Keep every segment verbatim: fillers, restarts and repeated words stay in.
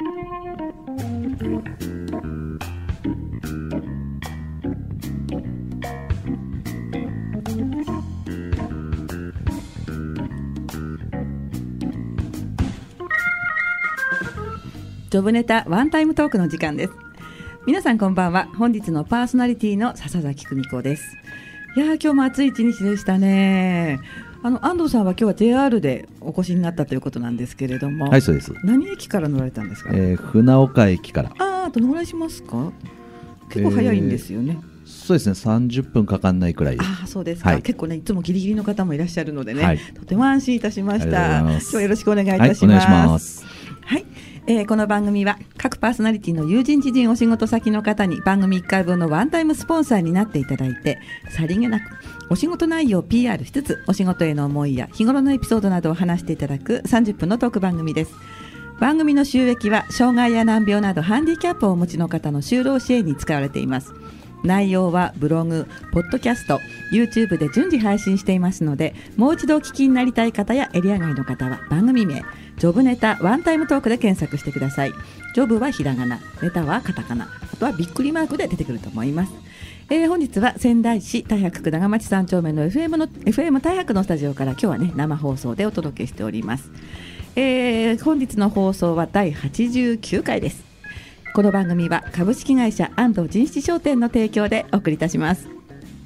ジョブネタワンタイムトークの時間です。皆さんこんばんは。本日のパーソナリティの笹崎久美子です。いやー、今日も暑い一日でしたね。あの安藤さんは今日は ジェイアール でお越しになったということなんですけれども。 はい、そうです。 何駅から乗られたんですか？ えー、船岡駅から。 ああ、どのぐらいしますか？結構早いんですよね。えーそうですね、さんじゅっぷんかかんないくらい。 ああ、そうですか、はい、結構ね、いつもギリギリの方もいらっしゃるのでね、はい、とても安心いたしました。今日はよろしくお願いいたします。はい、お願いします。はい、えー、この番組は各パーソナリティの友人知人お仕事先の方に番組いっかいぶんのワンタイムスポンサーになっていただいて、さりげなくお仕事内容を ピーアール しつつ、お仕事への思いや日頃のエピソードなどを話していただくさんじゅっぷんのトーク番組です。番組の収益は障害や難病などハンディキャップをお持ちの方の就労支援に使われています。内容はブログ、ポッドキャスト、YouTube で順次配信していますので、もう一度お聞きになりたい方やエリア外の方は番組名ジョブネタワンタイムトークで検索してください。ジョブはひらがな、ネタはカタカナ、あとはびっくりマークで出てくると思います。えー、本日は仙台市太白区長町さん丁目の エフエム の エフエム 太白のスタジオから今日はね生放送でお届けしております。えー、本日の放送はだいはちじゅうきゅうかいです。この番組は株式会社安藤仁七商店の提供でお送りいたします。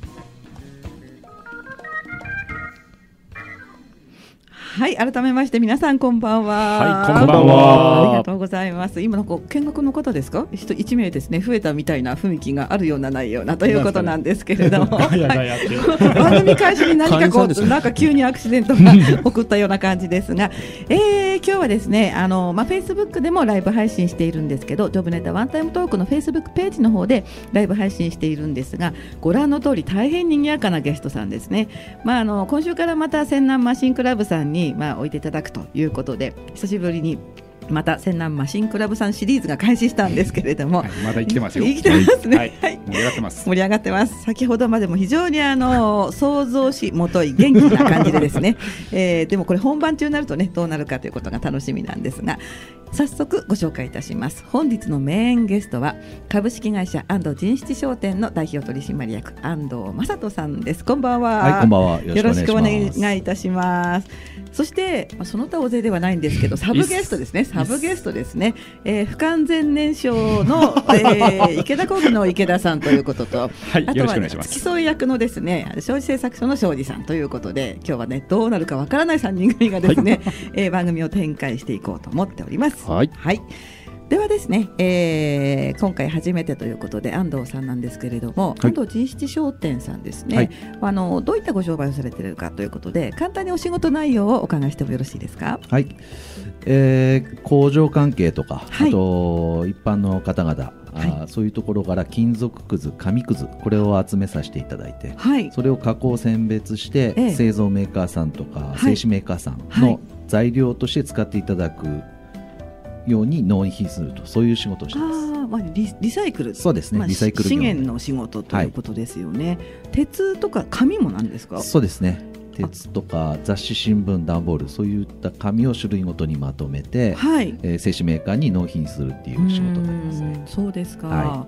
はい、改めまして皆さんこんばんは。 はい、こんばんは。 ありがとうございます。今のこう見学の方ですか？人いちめいですね、増えたみたいな雰囲気があるようなないようなということなんですけれども、はい、番組開始に何かこう、なんか急にアクシデントが起こったような感じですが、えー、今日はですね、あのまあ Facebook でもライブ配信しているんですけど、ジョブネタワンタイムトークの Facebook ページの方でライブ配信しているんですが、ご覧の通り大変賑やかなゲストさんですね。まああの今週からまた泉南マシンクラブさんにまあ置いていただくということで、久しぶりにまた泉南マシンクラブさんシリーズが開始したんですけれども、はい、 まだ生きてますよ。 生きてますね、はいはい、 盛り上がってます盛り上がってます。先ほどまでも非常にあの想像しもとい元気な感じでですね、えー、でもこれ本番中になるとねどうなるかということが楽しみなんですが、早速ご紹介いたします。本日のメインゲストは株式会社安藤仁七商店の代表取締役安藤正人さんです。こんばんは。 はい、こんばんは。 よろしくお願いいたします。そしてその他大勢ではないんですけど、サブゲストですね。サブゲストですね、えー、不完全燃焼の、えー、池田工機の池田さんということと、 はい、 あとは、 ね、 付き添い役のですね庄司製作所の庄司さんということで、今日はねどうなるかわからないさんにん組がですね、はい、えー、番組を展開していこうと思っております。 はい、 はい、ではですね、えー、今回初めてということで安藤さんなんですけれども、はい、安藤仁七商店さんですね、はい、あのどういったご商売をされているかということで、簡単にお仕事内容をお伺いしてもよろしいですか？ はい、えー、工場関係とか、はい、あと一般の方々、はい、あそういうところから金属くず、紙くず、これを集めさせていただいて、はい、それを加工選別して、ええ、製造メーカーさんとか、はい、製紙メーカーさんの材料として使っていただくように納品すると、そういう仕事をしています。 あ、まあ、リ, リサイクル、 そうですね、まあ、リサイクル資源の仕事ということですよね、はい、鉄とか紙もなんですか？ そうですね、鉄とか雑誌、新聞、段ボール、そういった紙を種類ごとにまとめて、はい、えー、製紙メーカーに納品するっていう仕事になりますね。 そうですか、はい、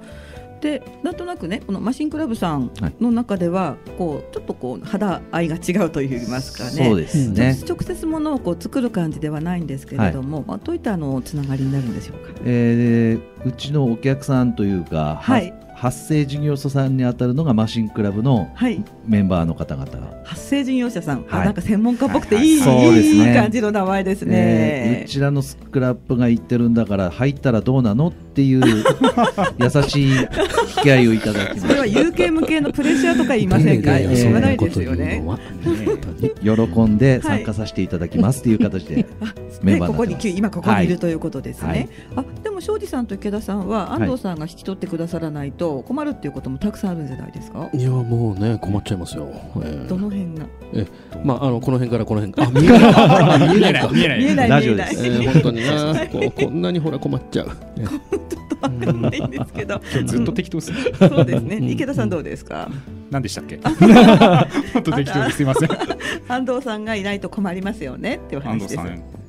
でなんとなくね、このマシンクラブさんの中では、はい、こうちょっとこう肌合いが違うといいますかね、 そうですね、 直接ものをこう作る感じではないんですけれども、はい、まあ、どういったあのつながりになるんでしょうか？ えー、うちのお客さんというか、はい、発生事業者さんに当たるのがマシンクラブのメンバーの方々、はい、 発生事業者さん、はい、なんか専門家っぽくていい、はいはい、いい感じの名前ですね、 えー、うちらのスクラップが言ってるんだから入ったらどうなのっていう優しい引き合いをいただきます。 それは有形無形のプレッシャーとか言いませんか？えー、言わないですよね。 喜んで参加させていただきますという形で、はい、メンバーになってます。ここに今ここにいるということですね、はい、あ、でも庄司さんと池田さんは安藤さんが引き取ってくださらないと困るっていうこともたくさんあるんじゃないですか？ いや、もうね、困っちゃいますよ、えー、 どの辺が？ え、まあ、あのこの辺からこの辺、あ、見えない見えない見えない見えないラジオです、 えー、本当になこうこんなにほら困っちゃうわかんないんですけどずっと適当ですね。 そうですね。池田さんどうですか？ 何でしたっけ？本当適当です、すいません。 安藤さんがいないと困りますよねっていう話です。 安藤さん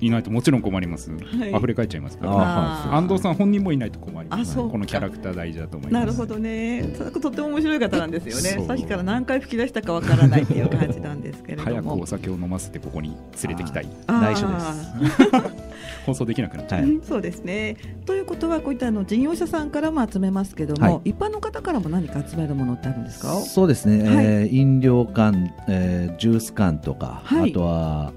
いないともちろん困ります、はい、溢れ返っちゃいますから、ね、安藤さん本人もいないと困ります。このキャラクター大事だと思います。 なるほどね。とっても面白い方なんですよね。さっきから何回吹き出したかわからないっていう感じなんですけれども早くお酒を飲ませてここに連れてきたい。 内緒です放送できなくなっちゃう、 はい、そうですね。ということはこういったあの事業者さんからも集めますけども、はい、一般の方からも何か集めるものってあるんですか？ そうですね、はい、えー、飲料缶、えー、ジュース缶とか、はい、あとは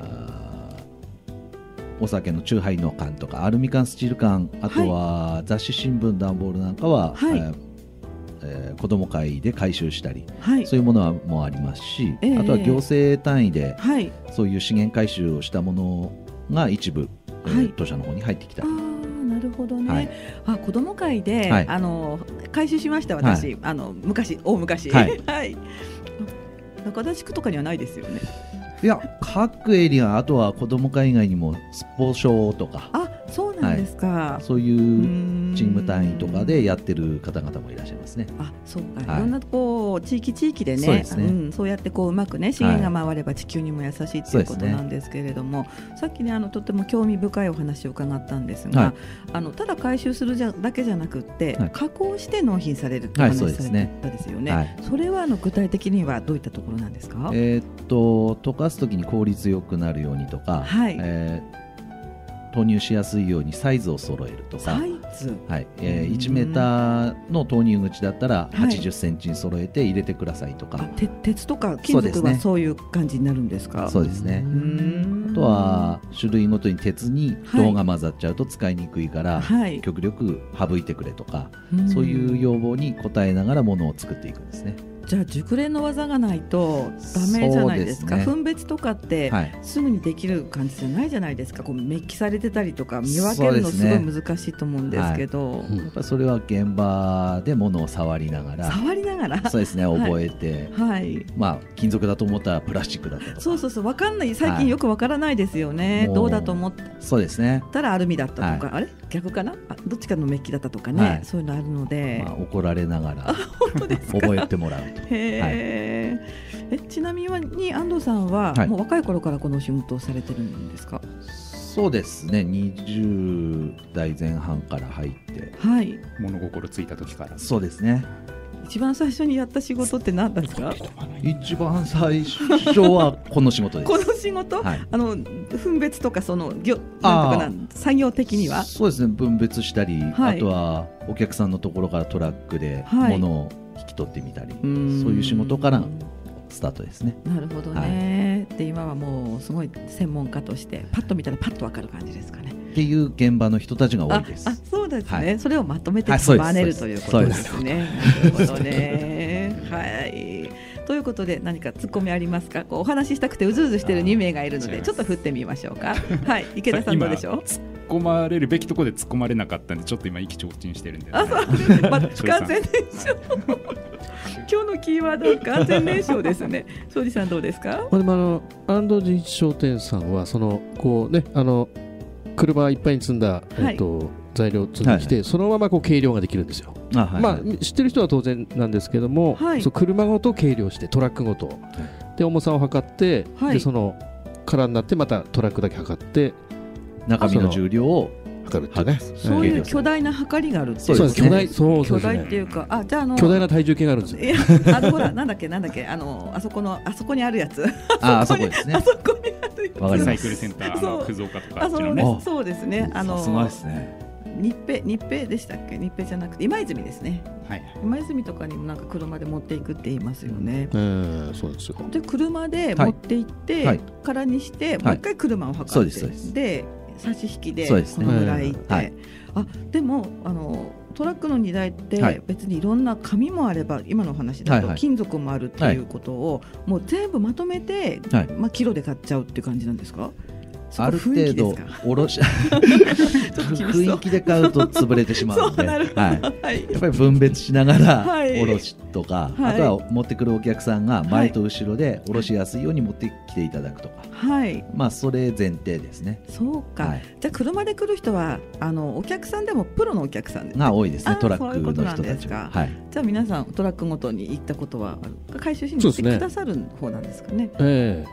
お酒の酎ハイの缶とかアルミ缶、スチール缶、あとは雑誌、新聞、段ボールなんかは、はい、えーえー、子ども会で回収したり、はい、そういうものはもありますし、えー、あとは行政単位で、はい、そういう資源回収をしたものが一部、はい、えー、当社の方に入ってきた。 あ、なるほどね、はい、あ、子ども会で、はい、あの回収しました私、はい、あの昔大昔、はいはい、中田地区とかにはないですよね。 いや、各エリア、あとは子ども会以外にもスポ少とか、 あ、そうなんですか、 はい、そういうチーム単位とかでやってる方々もいらっしゃいますね。 あ、そうか、はい、いろんなこう地域地域でね、そうですね、うん、そうやってこううまくね資源が回れば地球にも優しいということなんですけれども、はい、さっきねあのとても興味深いお話を伺ったんですが、はい、あのただ回収するじゃだけじゃなくって、はい、加工して納品されるって話されてたですよね、はい、そ, ねはい、それはあの具体的にはどういったところなんですか？ えー、っと溶かすときに効率よくなるようにとか、はい、えー投入しやすいようにサイズを揃えるとか、 サイズ、 はい、えー、いちメーターの投入口だったらはちじゅっセンチに揃えて入れてくださいとか、はい、 て鉄とか金属はそういう感じになるんですか？ そうですね。あとは種類ごとに鉄に銅が混ざっちゃうと使いにくいから、はい、極力省いてくれとか、そういう要望に応えながらものを作っていくんですね。 じゃあ熟練の技がないとダメじゃないですか。ですね、分別とかってすぐにできる感じじゃないじゃないですか。こう滅記されてたりとか見分けるのすごい難しいと思うんですけど、 はい、やっぱそれは現場で物を触りながら触りながらそうですね、覚えて、はい、まあ、金属だと思ったらプラスチックだったとか、 そうそうそう、分かんない、最近よく分からないですよね、はい、どうだと思ったそうですね、 たらアルミだったとか、はい、あれ逆かな、あどっちかの滅記だったとかね、はい、そういうのあるので、 まあ、怒られながら覚えてもらうと。 へー、はい、えちなみに安藤さんは、はい、もう若い頃からこのお仕事をされてるんですか？ そうですね、にじゅうだいぜん半から入って、 はい、 物心ついた時から。 そうですね。 一番最初にやった仕事って何ですか？ 一番最初はこの仕事です。 この仕事、はい、あの分別とかその業なんとかな作業的にはそうですね、分別したり、はい、あとはお客さんのところからトラックで物を引き取ってみたり、はい、そういう仕事からスタートですね。 なるほどね、はい、で今はもうすごい専門家としてパッと見たらパッと分かる感じですかねっていう現場の人たちが多いです。 ああ、そうですね、はい、それをまとめて束ねるということですね。なるほどねはい、ということで何かツッコミありますか？こうお話ししたくてうずうずしているにめいがいるのでちょっと振ってみましょうか。はい、池田さんどうでしょう？ 突っ込まれるべきところで突っ込まれなかったんでちょっと今意気消沈してるんで、ね、 あ、そうですね、まあ、不完全燃焼今日のキーワード不完全燃焼ですね。庄司さんどうですか？ まあ、でもあの安藤仁一商店さんはそのこうね、あの車いっぱいに積んだ、はい、えっと材料を積んできて、はい、そのままこう計量ができるんですよ。あ、はい、まあ、知ってる人は当然なんですけども、はい、そう車ごと計量してトラックごと、はい、で重さを測って、はい、でその空になってまたトラックだけ測って中身の重量を測るってね、 そういう巨大な測りがあるっていう、 そうです、巨大、そう巨大っていうか、あ、じゃあ、あの巨大な体重計があるんですよ。いや、 あのほらなんだっけなんだっけあのあそこのあそこにあるやつ、 ああそこですね、 あそこにあるやつ、 リサイクルセンターの葛岡とかあっちのね、 そうですね、あのさすがですね。 日平日平でしたっけ？日平じゃなくて今泉ですね、はい、今泉とかにもなんか車で持っていくって言いますよね。 えー、そうですよ。 で車で持って行って、はい、空にして、はい、もう一回車を測って、はい、そうです、で差し引きでこのぐらいって、はい、あでもあのトラックの荷台って別にいろんな紙もあれば、今の話だと金属もあるっていうことをもう全部まとめて、はい、まあ、キロで買っちゃうっていう感じなんですか？ ある程度おろし雰囲気で買うと潰れてしまうので、はい、やっぱり分別しながらおろしとか、はい、あとは持ってくるお客さんが前と後ろでおろしやすいように持ってきていただくとか、はい、まあそれ前提ですね。 そうか、はい、じゃあ車で来る人はあのお客さんでもプロのお客さんが多いですね。トラックの人たちが、はい、 じゃあ皆さんトラックごとに行ったことはある、回収しに来てくださる方なんですかね。 えー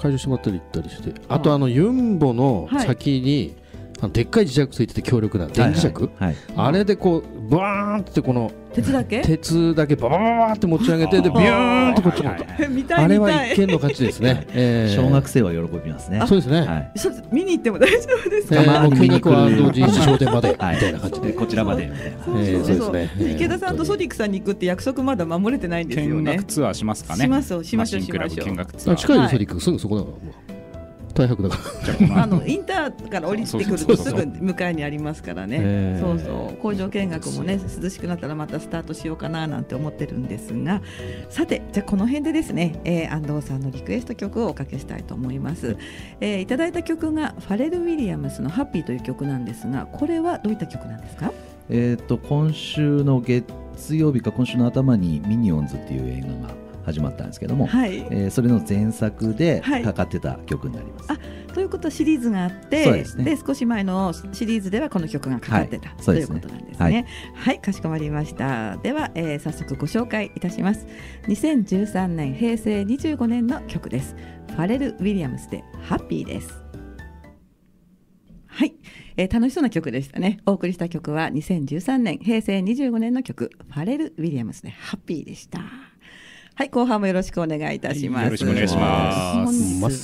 解消してもらったり行ったりして、あとあのユンボの先に、はい、あのでっかい磁石ついてて強力な電磁石、はいはいはい、あれでこうバーンってこの鉄だけ鉄だけババババって持ち上げてでビューンってこっちもあれは一見の勝ちですね、 えー、小学生は喜びますね。 そうですね、 はい、見に行っても大丈夫ですか。 えー、もう見に行くは人事商店までみたいな感じでこちらまで池田さんとソニックさんに行くって約束まだ守れてないんですよね。 見学ツアーしますかね。 しますよしましょうしましょう。 見学ツアー近いよソニックすぐそこだからもう大白だからあのインターから降りてくるとすぐ向かいにありますからね。そうそう工場見学もね涼しくなったらまたスタートしようかななんて思ってるんですが、さてじゃあこの辺でですね、えー、安藤さんのリクエスト曲をおかけしたいと思います。えー、いただいた曲がファレル・ウィリアムスのハッピーという曲なんですが、これはどういった曲なんですか。 えー、と今週の月曜日か今週の頭にミニオンズっていう映画が始まったんですけども、はいえー、それの前作でかかってた曲になります、 はい、あということはシリーズがあって で、ね、で少し前のシリーズではこの曲がかかってた、はい、ということなんですね、はい、はい、かしこまりました。では、えー、早速ご紹介いたします。にせんじゅうさんねんへいせいにじゅうごねんの曲です。ファレル・ウィリアムスでハッピーです。はい、えー、楽しそうな曲でしたね。お送りした曲はにせんじゅうさんねんへいせいにじゅうごねんの曲ファレル・ウィリアムスでハッピーでした。はい、後半もよろしくお願いいたします。 よろしくお願いします。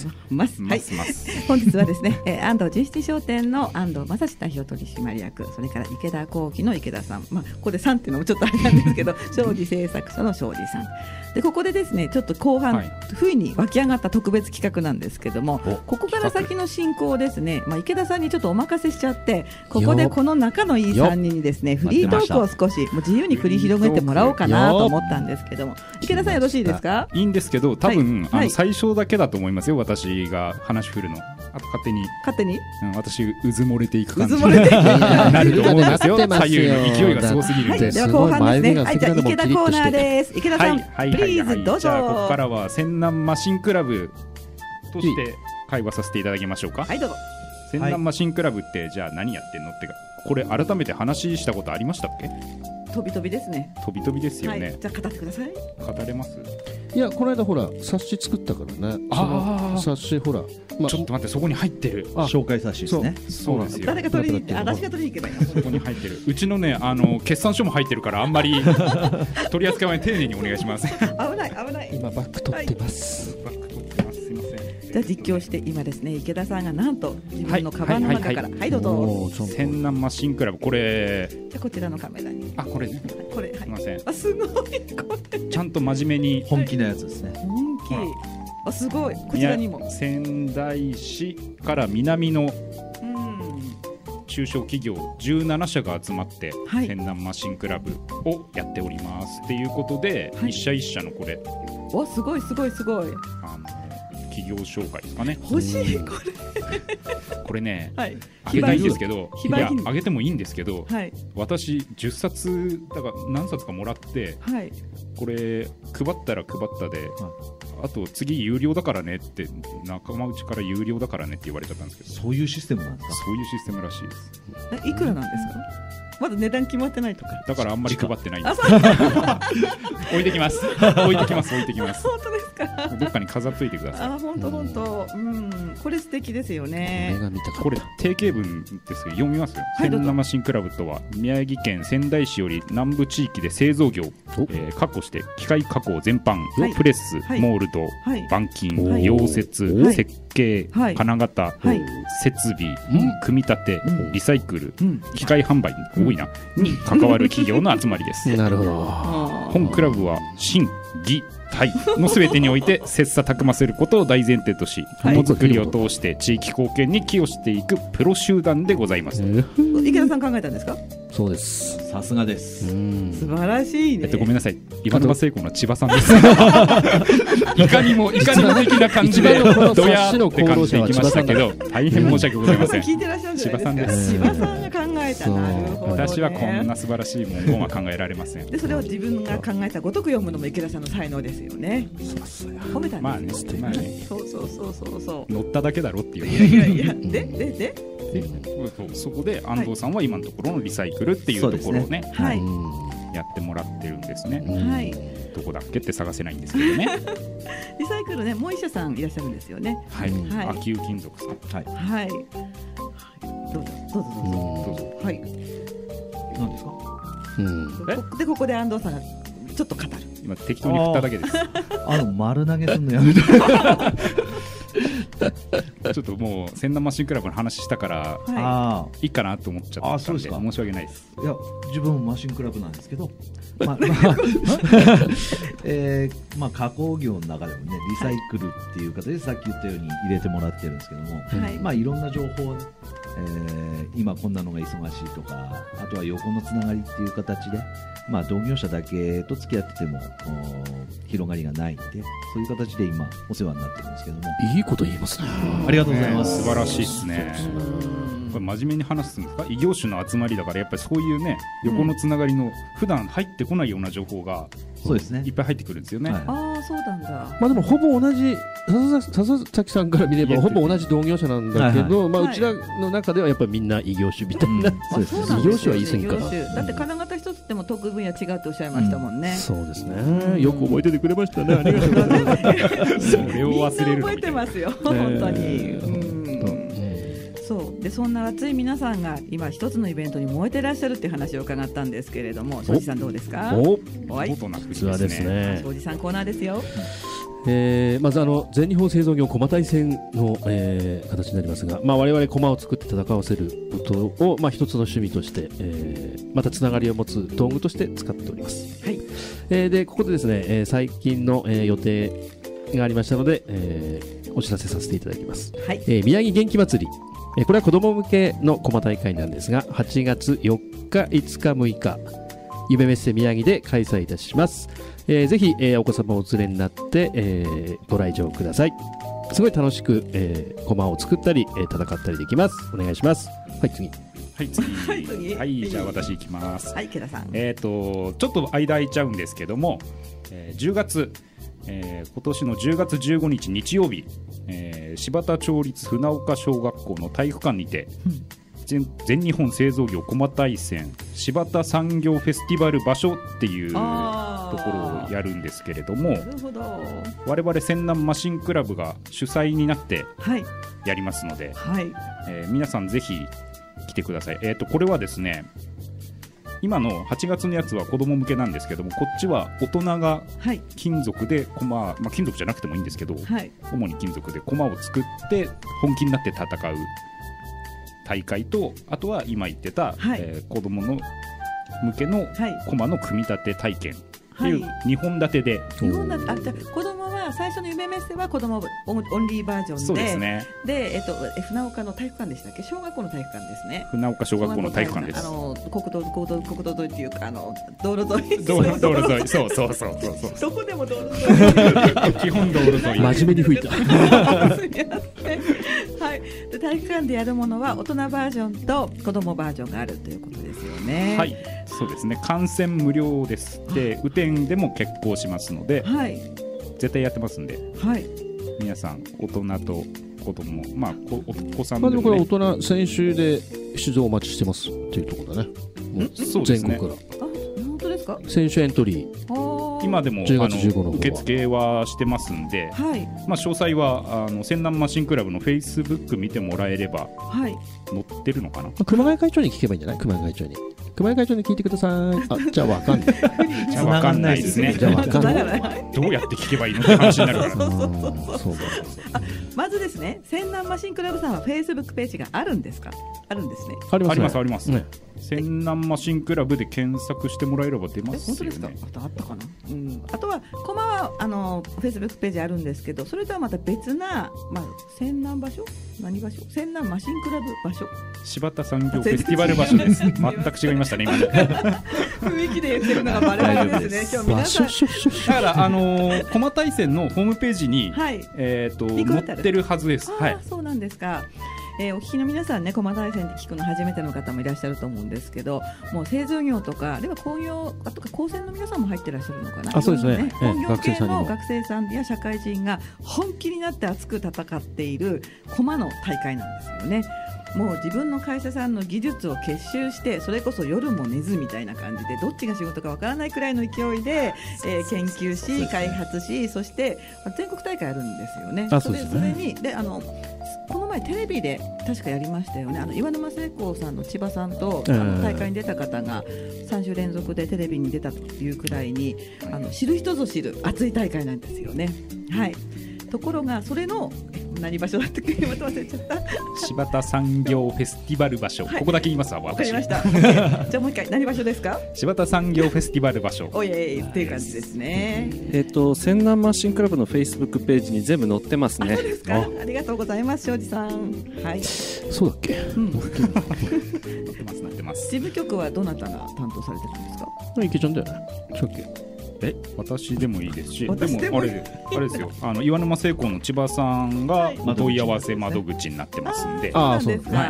ます。はい、本日はですね、えー、安藤十七商店の安藤正史代表取締役、それから池田工機の池田さん、まあここでさんっていうのもちょっとあれなんですけど、庄司製作所の庄司さん。でここでですね、ちょっと後半、はい、不意に湧き上がった特別企画なんですけども、ここから先の進行をですね、まあ池田さんにちょっとお任せしちゃって、ここでこの仲のいいさんにんにですね、フリートークを少しもう自由に繰り広げてもらおうかなと思ったんですけども、池田さんよろしいですか。 いいんですけど、多分、はい、あの最初だけだと思いますよ、私が話振るの。あと勝手に勝手に、 うん、私うず漏れていく感じになると思うんですよ。左右の勢いがすごすぎるんで。 はい、では後半ですね。はい、じゃあ池田コーナーです。池田さん、 はい、 プリーズどうぞ。 じゃあここからは泉南マシンクラブとして会話させていただきましょうか。 はい、どうぞ。 泉南マシンクラブってじゃあ何やってんのってか、これ改めて話したことありましたっけ。 飛び飛びですね。 飛び飛びですよね。 はい、じゃあ語ってください。 語れます。 いやこの間ほら冊子作ったからね。ああ冊子ほら、 まあ、ちょっと待って、そこに入ってる紹介冊子ですね。 そうですよ。 誰が取りに行って、私が取りに行けばいいの。 そこに入ってる。うちのね、あの決算書も入ってるから、あんまり取り扱いは丁寧にお願いします。 危ない危ない。 今バック取ってます。 はい、バック取ってます。すいません。 じゃあ実況して今ですね、池田さんがなんと自分のカバンの中から、はい、はいはいはい、どうぞ。 泉南マシンクラブ、これ。 じゃあこちらのカメラに。 あ、これね。 これ、はい、 すみません。 あ、すごい。これちゃんと真面目に本気のやつですね。 本気。あ、すごい。こちらにも。 仙台市から南の中小企業じゅうななしゃが集まって、はい、泉南マシンクラブをやっておりますっていうことで、はい、一社一社のこれ。 お、すごいすごいすごい。 あの企業紹介ですかね。 欲しいこれ。これね、 はい、 あげたいんですけど、いやあげてもいいんですけど、はい、私じゅっさつだから何冊かもらって、はい、これ配ったら配ったで、はい、あと次有料だからねって仲間内から有料だからねって言われちゃったんですけど、 そういうシステムなんですか。 そういうシステムらしいです。 え、いくらなんですか。まだ値段決まってないとか。 だからあんまり配ってないんです。置いてきます。置いてきます。置いてきます。 本当ですか。 どっかに飾っといてください。 あ、本当本当。うん、これ素敵ですよね。 これ定型文ですけど読みますよ。泉南マシンクラブとは宮城県仙台市より南部地域で製造業、えー、確保して機械加工全般、はい、プレス、はい、モールド、はい、板金、はい、溶接、はい、設計、はい、金型、はい、設備、うん、組み立て、うん、リサイクル、うん、機械販売、うん、多いな、うん、に関わる企業の集まりです。 なるほど。 本クラブは新技体のすべてにおいて切磋琢磨することを大前提とし、ものづくりを通して地域貢献に寄与していくプロ集団でございます。 池田さん考えたんですか。 そうです。 さすがです。 素晴らしいね。 えっとごめんなさい、岩沼製鋼の千葉さんです。いかにもいかにも的な感じでドヤって感じでいきましたけど、大変申し訳ございません。 聞いてらっしゃるんじゃないですか。 千葉さんです。 千葉さんが考えた。なるほどね。 私はこんな素晴らしい文言は考えられません。 でそれを自分が考えたごとく読むのも池田さんの才能ですよね。褒めたんですよ。 まあね、まあね。 そうそうそうそうそう。 乗っただけだろっていう。 いやいやいや。ででで。 そこで安藤さんは今のところのリサイクルっていうところをね、 はい、 やってもらってるんですね。 はい。 どこだっけって探せないんですけどね。 リサイクルね、もう一社さんいらっしゃるんですよね。 はい。はい、秋生金属さん。 はい。 はい。どうぞどうぞどうぞどうぞ。はい。 何ですか。 うん。でここで安藤さんがちょっと語る。 今適当に振っただけです。 あの丸投げするのやめて。 ちょっともう千南マシンクラブの話したから、はい、いいかなと思っちゃったんで申し訳ないです。 いや自分もマシンクラブなんですけど、まあまあえー、まあ加工業の中でもねリサイクルっていう形でさっき言ったように入れてもらってるんですけども、はい、まあいろんな情報を、ねえー、今こんなのが忙しいとか、あとは横のつながりっていう形で、まあ同業者だけと付き合ってても広がりがないんで、そういう形で今お世話になってるんですけども。 いいこと言いますね。 ありがとうございます。 素晴らしいですね。これ真面目に話すんですか。異業種の集まりだからやっぱりそういうね横のつながりの普段入ってこないような情報がそうですねいっぱい入ってくるんですよね。 はい、ああそうなんだ。 まあでもほぼ同じ笹崎さんから見ればほぼ同じ同業者なんだけど、はいはい、まあうちらの中ではやっぱりみんな異業種みたいな、うん、異業種は言い過ぎかな。 だって金型一つでも得意分野違うとおっしゃいましたもんね。 うん、そうですね。よく覚えててくれましたね。ありがとうございます。 それを忘れる。 覚えてますよ。本当に。うんそうでそんな熱い皆さんが今一つのイベントに燃えてらっしゃるっていう話を伺ったんですけれども、庄司さんどうですか。 おおいことなく実はですね、 庄司さんコーナーですよ。 えー、まずあの全日本製造業駒大戦の、えー、形になりますが、まあ、我々駒を作って戦わせることを、まあ、一つの趣味として、えー、またつながりを持つ道具として使っております。はい。えー、でここでですね、えー、最近の、えー、予定がありましたので、えー、お知らせさせていただきます。はい。えー、宮城元気祭り。これは子ども向けの駒大会なんですが、はちがつよっか、いつか、むいか夢メッセ宮城で開催いたします。えー、ぜひ、えー、お子様をお連れになって、えー、ご来場ください。すごい楽しく、えー、駒を作ったり、えー、戦ったりできます。お願いします。はい次はい次はい次はいじゃあ私行きます。 はい池田さん。 えっ、ー、とちょっと間空いちゃうんですけども、えー、じゅうがつえー、今年のじゅうがつじゅうごにち日曜日、えー、柴田町立船岡小学校の体育館にて、うん、全, 全日本製造業駒大戦柴田産業フェスティバル場所っていうところをやるんですけれども、なるほど我々泉南マシンクラブが主催になってやりますので、はいえー、皆さんぜひ来てください。えーと、これはですね今のはちがつのやつは子供向けなんですけども、こっちは大人が金属で駒、はいまあ、金属じゃなくてもいいんですけど、はい、主に金属で駒を作って本気になって戦う大会と、あとは今言ってた、はいえー、子供の向けの駒の組み立て体験っていうにほん立てで、 にほん立てあじゃ子供は最初の夢メッセは子供オンリーバージョンで、 そうですね。 で、えっと、船岡の体育館でしたっけ、小学校の体育館ですね。 船岡小学校の体育館です。 あの国道国道国道沿いっていうかあの道路沿い道路道路沿いそうそうそうそうそうどこでも道路沿い基本道路沿い真面目に吹いたはい、で体育館でやるものは大人バージョンと子供バージョンがあるということですよね。 はいそうですね。観戦無料です。で雨天でも決行しますので、はい、絶対やってますんで、はい、皆さん大人と子供まあお子さんでも、ね、 まあ、これ大人先週で出場お待ちしてますっていうところだね。もう全国から。 あ本当ですか。 選手エントリー今でもあの受付はしてますんで、はいまあ、詳細はあの泉南マシンクラブのフェイスブック見てもらえれば載ってるのかな、はい、 熊谷会長に聞けばいいんじゃない。熊谷会長に熊谷会長に聞いてください。あじゃあ分かんないじゃあ分かんないですね。じゃあ分かんないどうやって聞けばいいのって話になるからまずですね泉南マシンクラブさんはフェイスブックページがあるんですか。あるんですね。 あります、ね、ありますあります、ね、泉南マシンクラブで検索してもらえれば出ますよね。 本当ですか。あとあったかな、うん、あとはコマはあのフェイスブックページあるんですけど、それとはまた別な、まあ、泉南場所何場所泉南マシンクラブ場所柴田産業フェスティバル場所です全く違いましたね今雰囲気で言ってるのがバレバレですね今日皆さんだからあのー、駒大戦のホームページに、はいえー、と載ってるはずです。 あ、はい、そうなんですか。えー、お聞きの皆さんね、駒大戦って聞くの初めての方もいらっしゃると思うんですけど、もう製造業とかあるいは工業あとか高専の皆さんも入ってらっしゃるのかな。 あ、そうですね。 工業系の学生さんや社会人が本気になって熱く戦っている駒の大会なんですよね。 もう自分の会社さんの技術を結集してそれこそ夜も寝ずみたいな感じでどっちが仕事かわからないくらいの勢いで、えー、研究し開発しそして全国大会あるんですよね。 あ、そうですね。 それそれにであのこの前テレビで確かやりましたよね。あの岩沼聖光さんの千葉さんと、あの大会に出た方がさん週連続でテレビに出たというくらいにあの知る人ぞ知る熱い大会なんですよね。はい。ところがそれの何場所だったっけまた忘れちゃった柴田産業フェスティバル場所、はい、ここだけ言いますわ。 わかりましたじゃあもう一回何場所ですか。 柴田産業フェスティバル場所おいえいっていう感じですね。 えっと泉南マシンクラブのフェイスブックページに全部載ってますね。 あ、そうですか。 あ, ありがとうございます庄司さん。はい、 そうだっけ、うん、 載ってます載ってます。 事務局はどなたが担当されてるんですか。 池ちゃんだよね。さっけえ私でもいいですし、でもあれあれですよ、あの岩沼製鋼の千葉さんがお問い合わせ窓口になってますんで、 ああそうですか。 はい、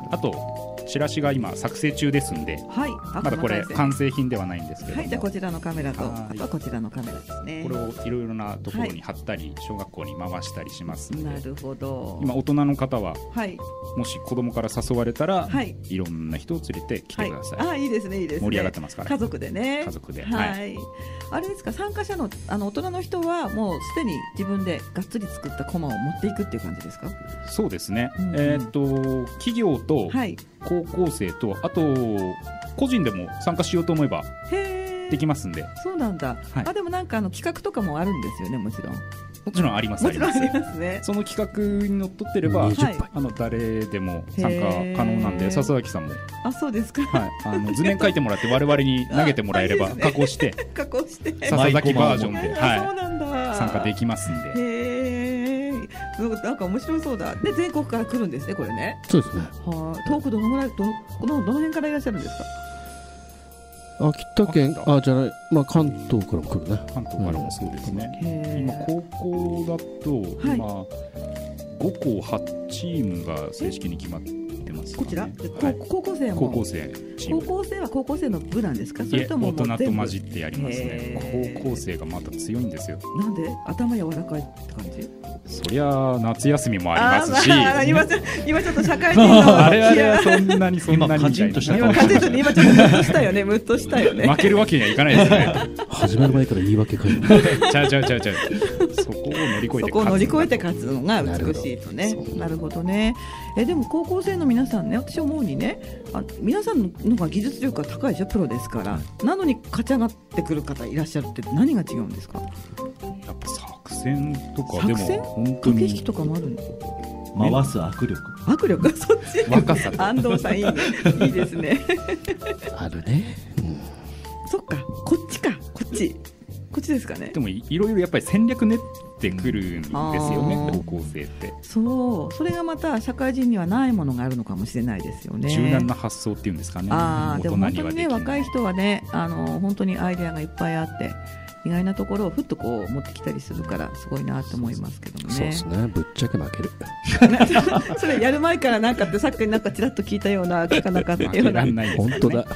あとチラシが今作成中ですんで、はい、まだこれ完成品ではないんですけども、 はい、じゃあこちらのカメラとあとはこちらのカメラですね。 これをいろいろなところに貼ったり、はい、小学校に回したりしますので。 なるほど。 今大人の方は、はい、もし子供から誘われたら、はい、いろんな人を連れて来てください。 はい、あ、いいですねいいですね。 盛り上がってますから。 家族でね。 家族で、 はいはい、あれですか、参加者のあの大人の人はもうすでに自分でがっつり作ったコマを持っていくっていう感じですか。 そうですね、うん、えー、っと企業と高校生と、はい、あと個人でも参加しようと思えばできますんで。 そうなんだ、はい、あでもなんかあの企画とかもあるんですよね。もちろんもちろんあります。 もちろんありますね。 その企画にのっとってれば、はい、あの誰でも参加可能なんで、笹崎さんも。 あ、そうですか。 はい、あの図面書いてもらって我々に投げてもらえれば加工して加工して笹崎バージョンで、 はい、そうなんだ、 参加できますんで。 へー、なんか面白そうだ。で全国から来るんですねこれね。 そうですね。 はあ、遠くどのぐらい ど, ど, どの辺からいらっしゃるんですか。 秋田県、あ、じゃない、まあ、関東からも来るね。 関東からもそうですね。今高校だと、はい、今ご校はちチームが正式に決まってますかね。 こちら、 はい、 高校生も高校生チーム。 高校生は高校生の部なんですか。それとも大人と混じってやりますね。高校生がまた強いんですよ。 なんで頭柔らかいって感じ。 そりゃ夏休みもありますし、 今, 今ちょっと社会人のあれあれはそんなにそんなにカチンとした今カチンと今ちょっとムッとしたよねムッとしたよね。 負けるわけにはいかないですね。 始まる前から言い訳かよ。 ちゃうちゃうちゃうちゃう。そこを乗り越えてそこを乗り越えて勝つのが美しいとね。なるほどね。えでも高校生の皆さんね、私思うにね、あ皆さんのが技術力が高いでしょ、プロですから。なのに勝ち上がってくる方いらっしゃるって何が違うんですか。 やっぱ作戦とかでも本当に駆け引きとかもあるんです。 回す握力握力そっち若さ安藤さんいいねいいですねあるね、うん、 そっかこっちかこっちこっちですかね。 でも い, いろいろやっぱり戦略練ってくるんですよね、高校生って。 そう、それがまた社会人にはないものがあるのかもしれないですよね。 柔軟な発想っていうんですかね。 あでも本当にね、若い人はね、あの本当にアイデアがいっぱいあって意外なところをふっとこう持ってきたりするからすごいなと思いますけどもね。 そうですね、ぶっちゃけ負けるそれやる前からなんかってさっきなんかちらっと聞いたような聞かなかったような本当だ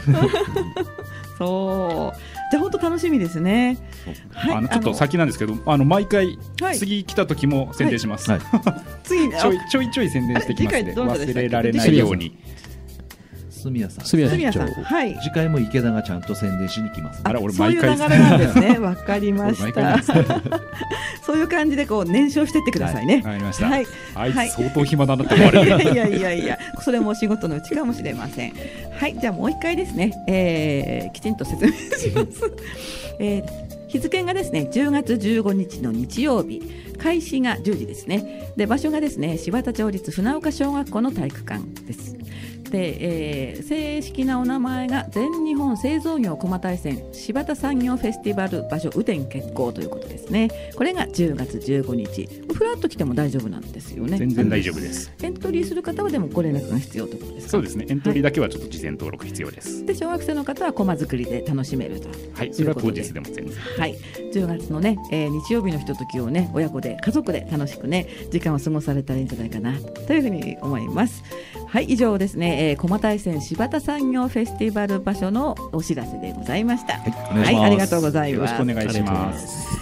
そうじゃあ本当楽しみですね。 はい、あのちょっと先なんですけど、あの毎回、はい、次来た時も宣伝します、はいはい、 次ちょいちょいちょい宣伝してきますので忘れられないように。 住谷さん、 住谷さん、はい、 次回も池田がちゃんと宣伝しに来ます。 あら、俺毎回そういう流れなんですね。わかりました。そういう感じでこう燃焼していってくださいね。 わかりました。はい、あいつ相当暇だなって思われる。 いやいやいや、それもお仕事のうちかもしれません。はい、じゃあもう一回ですね、えー、きちんと説明します。えー、日付がですねじゅうがつじゅうごにちの日曜日、開始がじゅうじですね。で場所がですね柴田町立船岡小学校の体育館です。で、えー、正式なお名前が全日本製造業駒大戦柴田産業フェスティバル場所雨天決行ということですね。これがじゅうがつじゅうごにち、フラッと来ても大丈夫なんですよね。 全然大丈夫です。 エントリーする方はでもご連絡が必要ということですか。 そうですね、エントリーだけはちょっと事前登録必要です、 はい、で小学生の方は駒作りで楽しめると。 はい、それは当日でも全然。 はい、じゅうがつのね、えー、日曜日のひとときをね親子で家族で楽しくね時間を過ごされたらいいんじゃないかなというふうに思います。はい、以上ですね、えー、駒大戦柴田産業フェスティバル場所のお知らせでございました。 はい、 はい、ありがとうございます。 よろしくお願いします。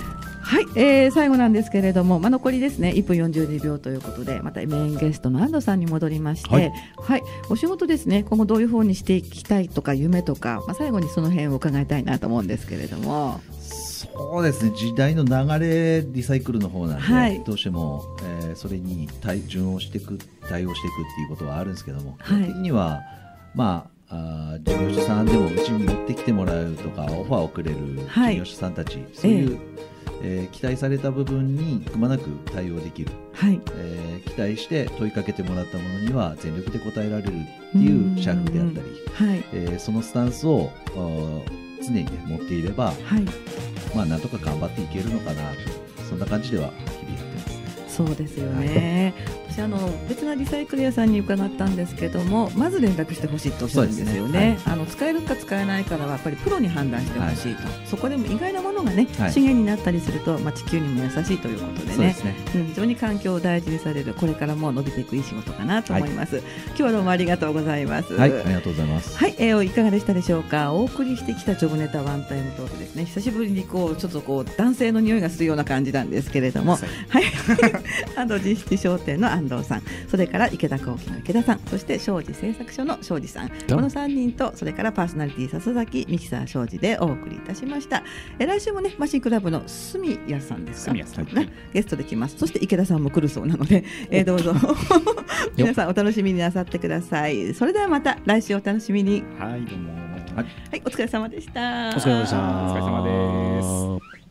はい、えー、最後なんですけれども、まあ、残りですねいっぷんよんじゅうにびょうということで、またメインゲストの安藤さんに戻りまして、はい、はい、お仕事ですね、今後どういう方にしていきたいとか夢とか、まあ、最後にその辺を伺いたいなと思うんですけれども。 そうですね、時代の流れリサイクルの方なんで、はい、どうしても、えー、それに対順応していく対応していくっていうことはあるんですけども、基本的にはまああ事業者さんでもうちに持ってきてもらうとかオファーをくれる事業者さんたち、はい、そういう、えーえー、期待された部分にくまなく対応できる、はい、えー、期待して問いかけてもらったものには全力で応えられるっていう社風であったり、はい、えー、そのスタンスを常に、ね、持っていれば、はい、まあなんとか頑張っていけるのかなと、そんな感じでは日々やってますね。 そうですよね、はい、私あの別なリサイクル屋さんに伺ったんですけども、まず連絡してほしいとおっしゃるんですよね、ね、はい、あの使えるか使えないからはやっぱりプロに判断してほしいと、はい、そこでも意外なものがね、はい、資源になったりすると、まあ、地球にも優しいということで ね, で、ね、うん、非常に環境を大事にされる、これからも伸びていくいい仕事かなと思います、はい、今日はどうもありがとうございます。 はい、ありがとうございます。 はい、えー、いかがでしたでしょうか。お送りしてきたジョブネタワンタイムトークですね、久しぶりにこうちょっとこう男性の匂いがするような感じなんですけれども、はい安藤実質商店の安藤さん、それから池田工機の池田さん、そして庄司製作所の庄司さん、このさんにんと、それからパーソナリティ笹崎ミキサー庄司でお送りいたしました。え来週もねマシンクラブの住谷さんですか、住谷さんがゲストで来ます。そして池田さんも来るそうなので、えー、どうぞ皆さんお楽しみになさってください。それではまた来週お楽しみに。 はい、どうも、 はい、お疲れ様でした。 お疲れ様でした。 お疲れ様です。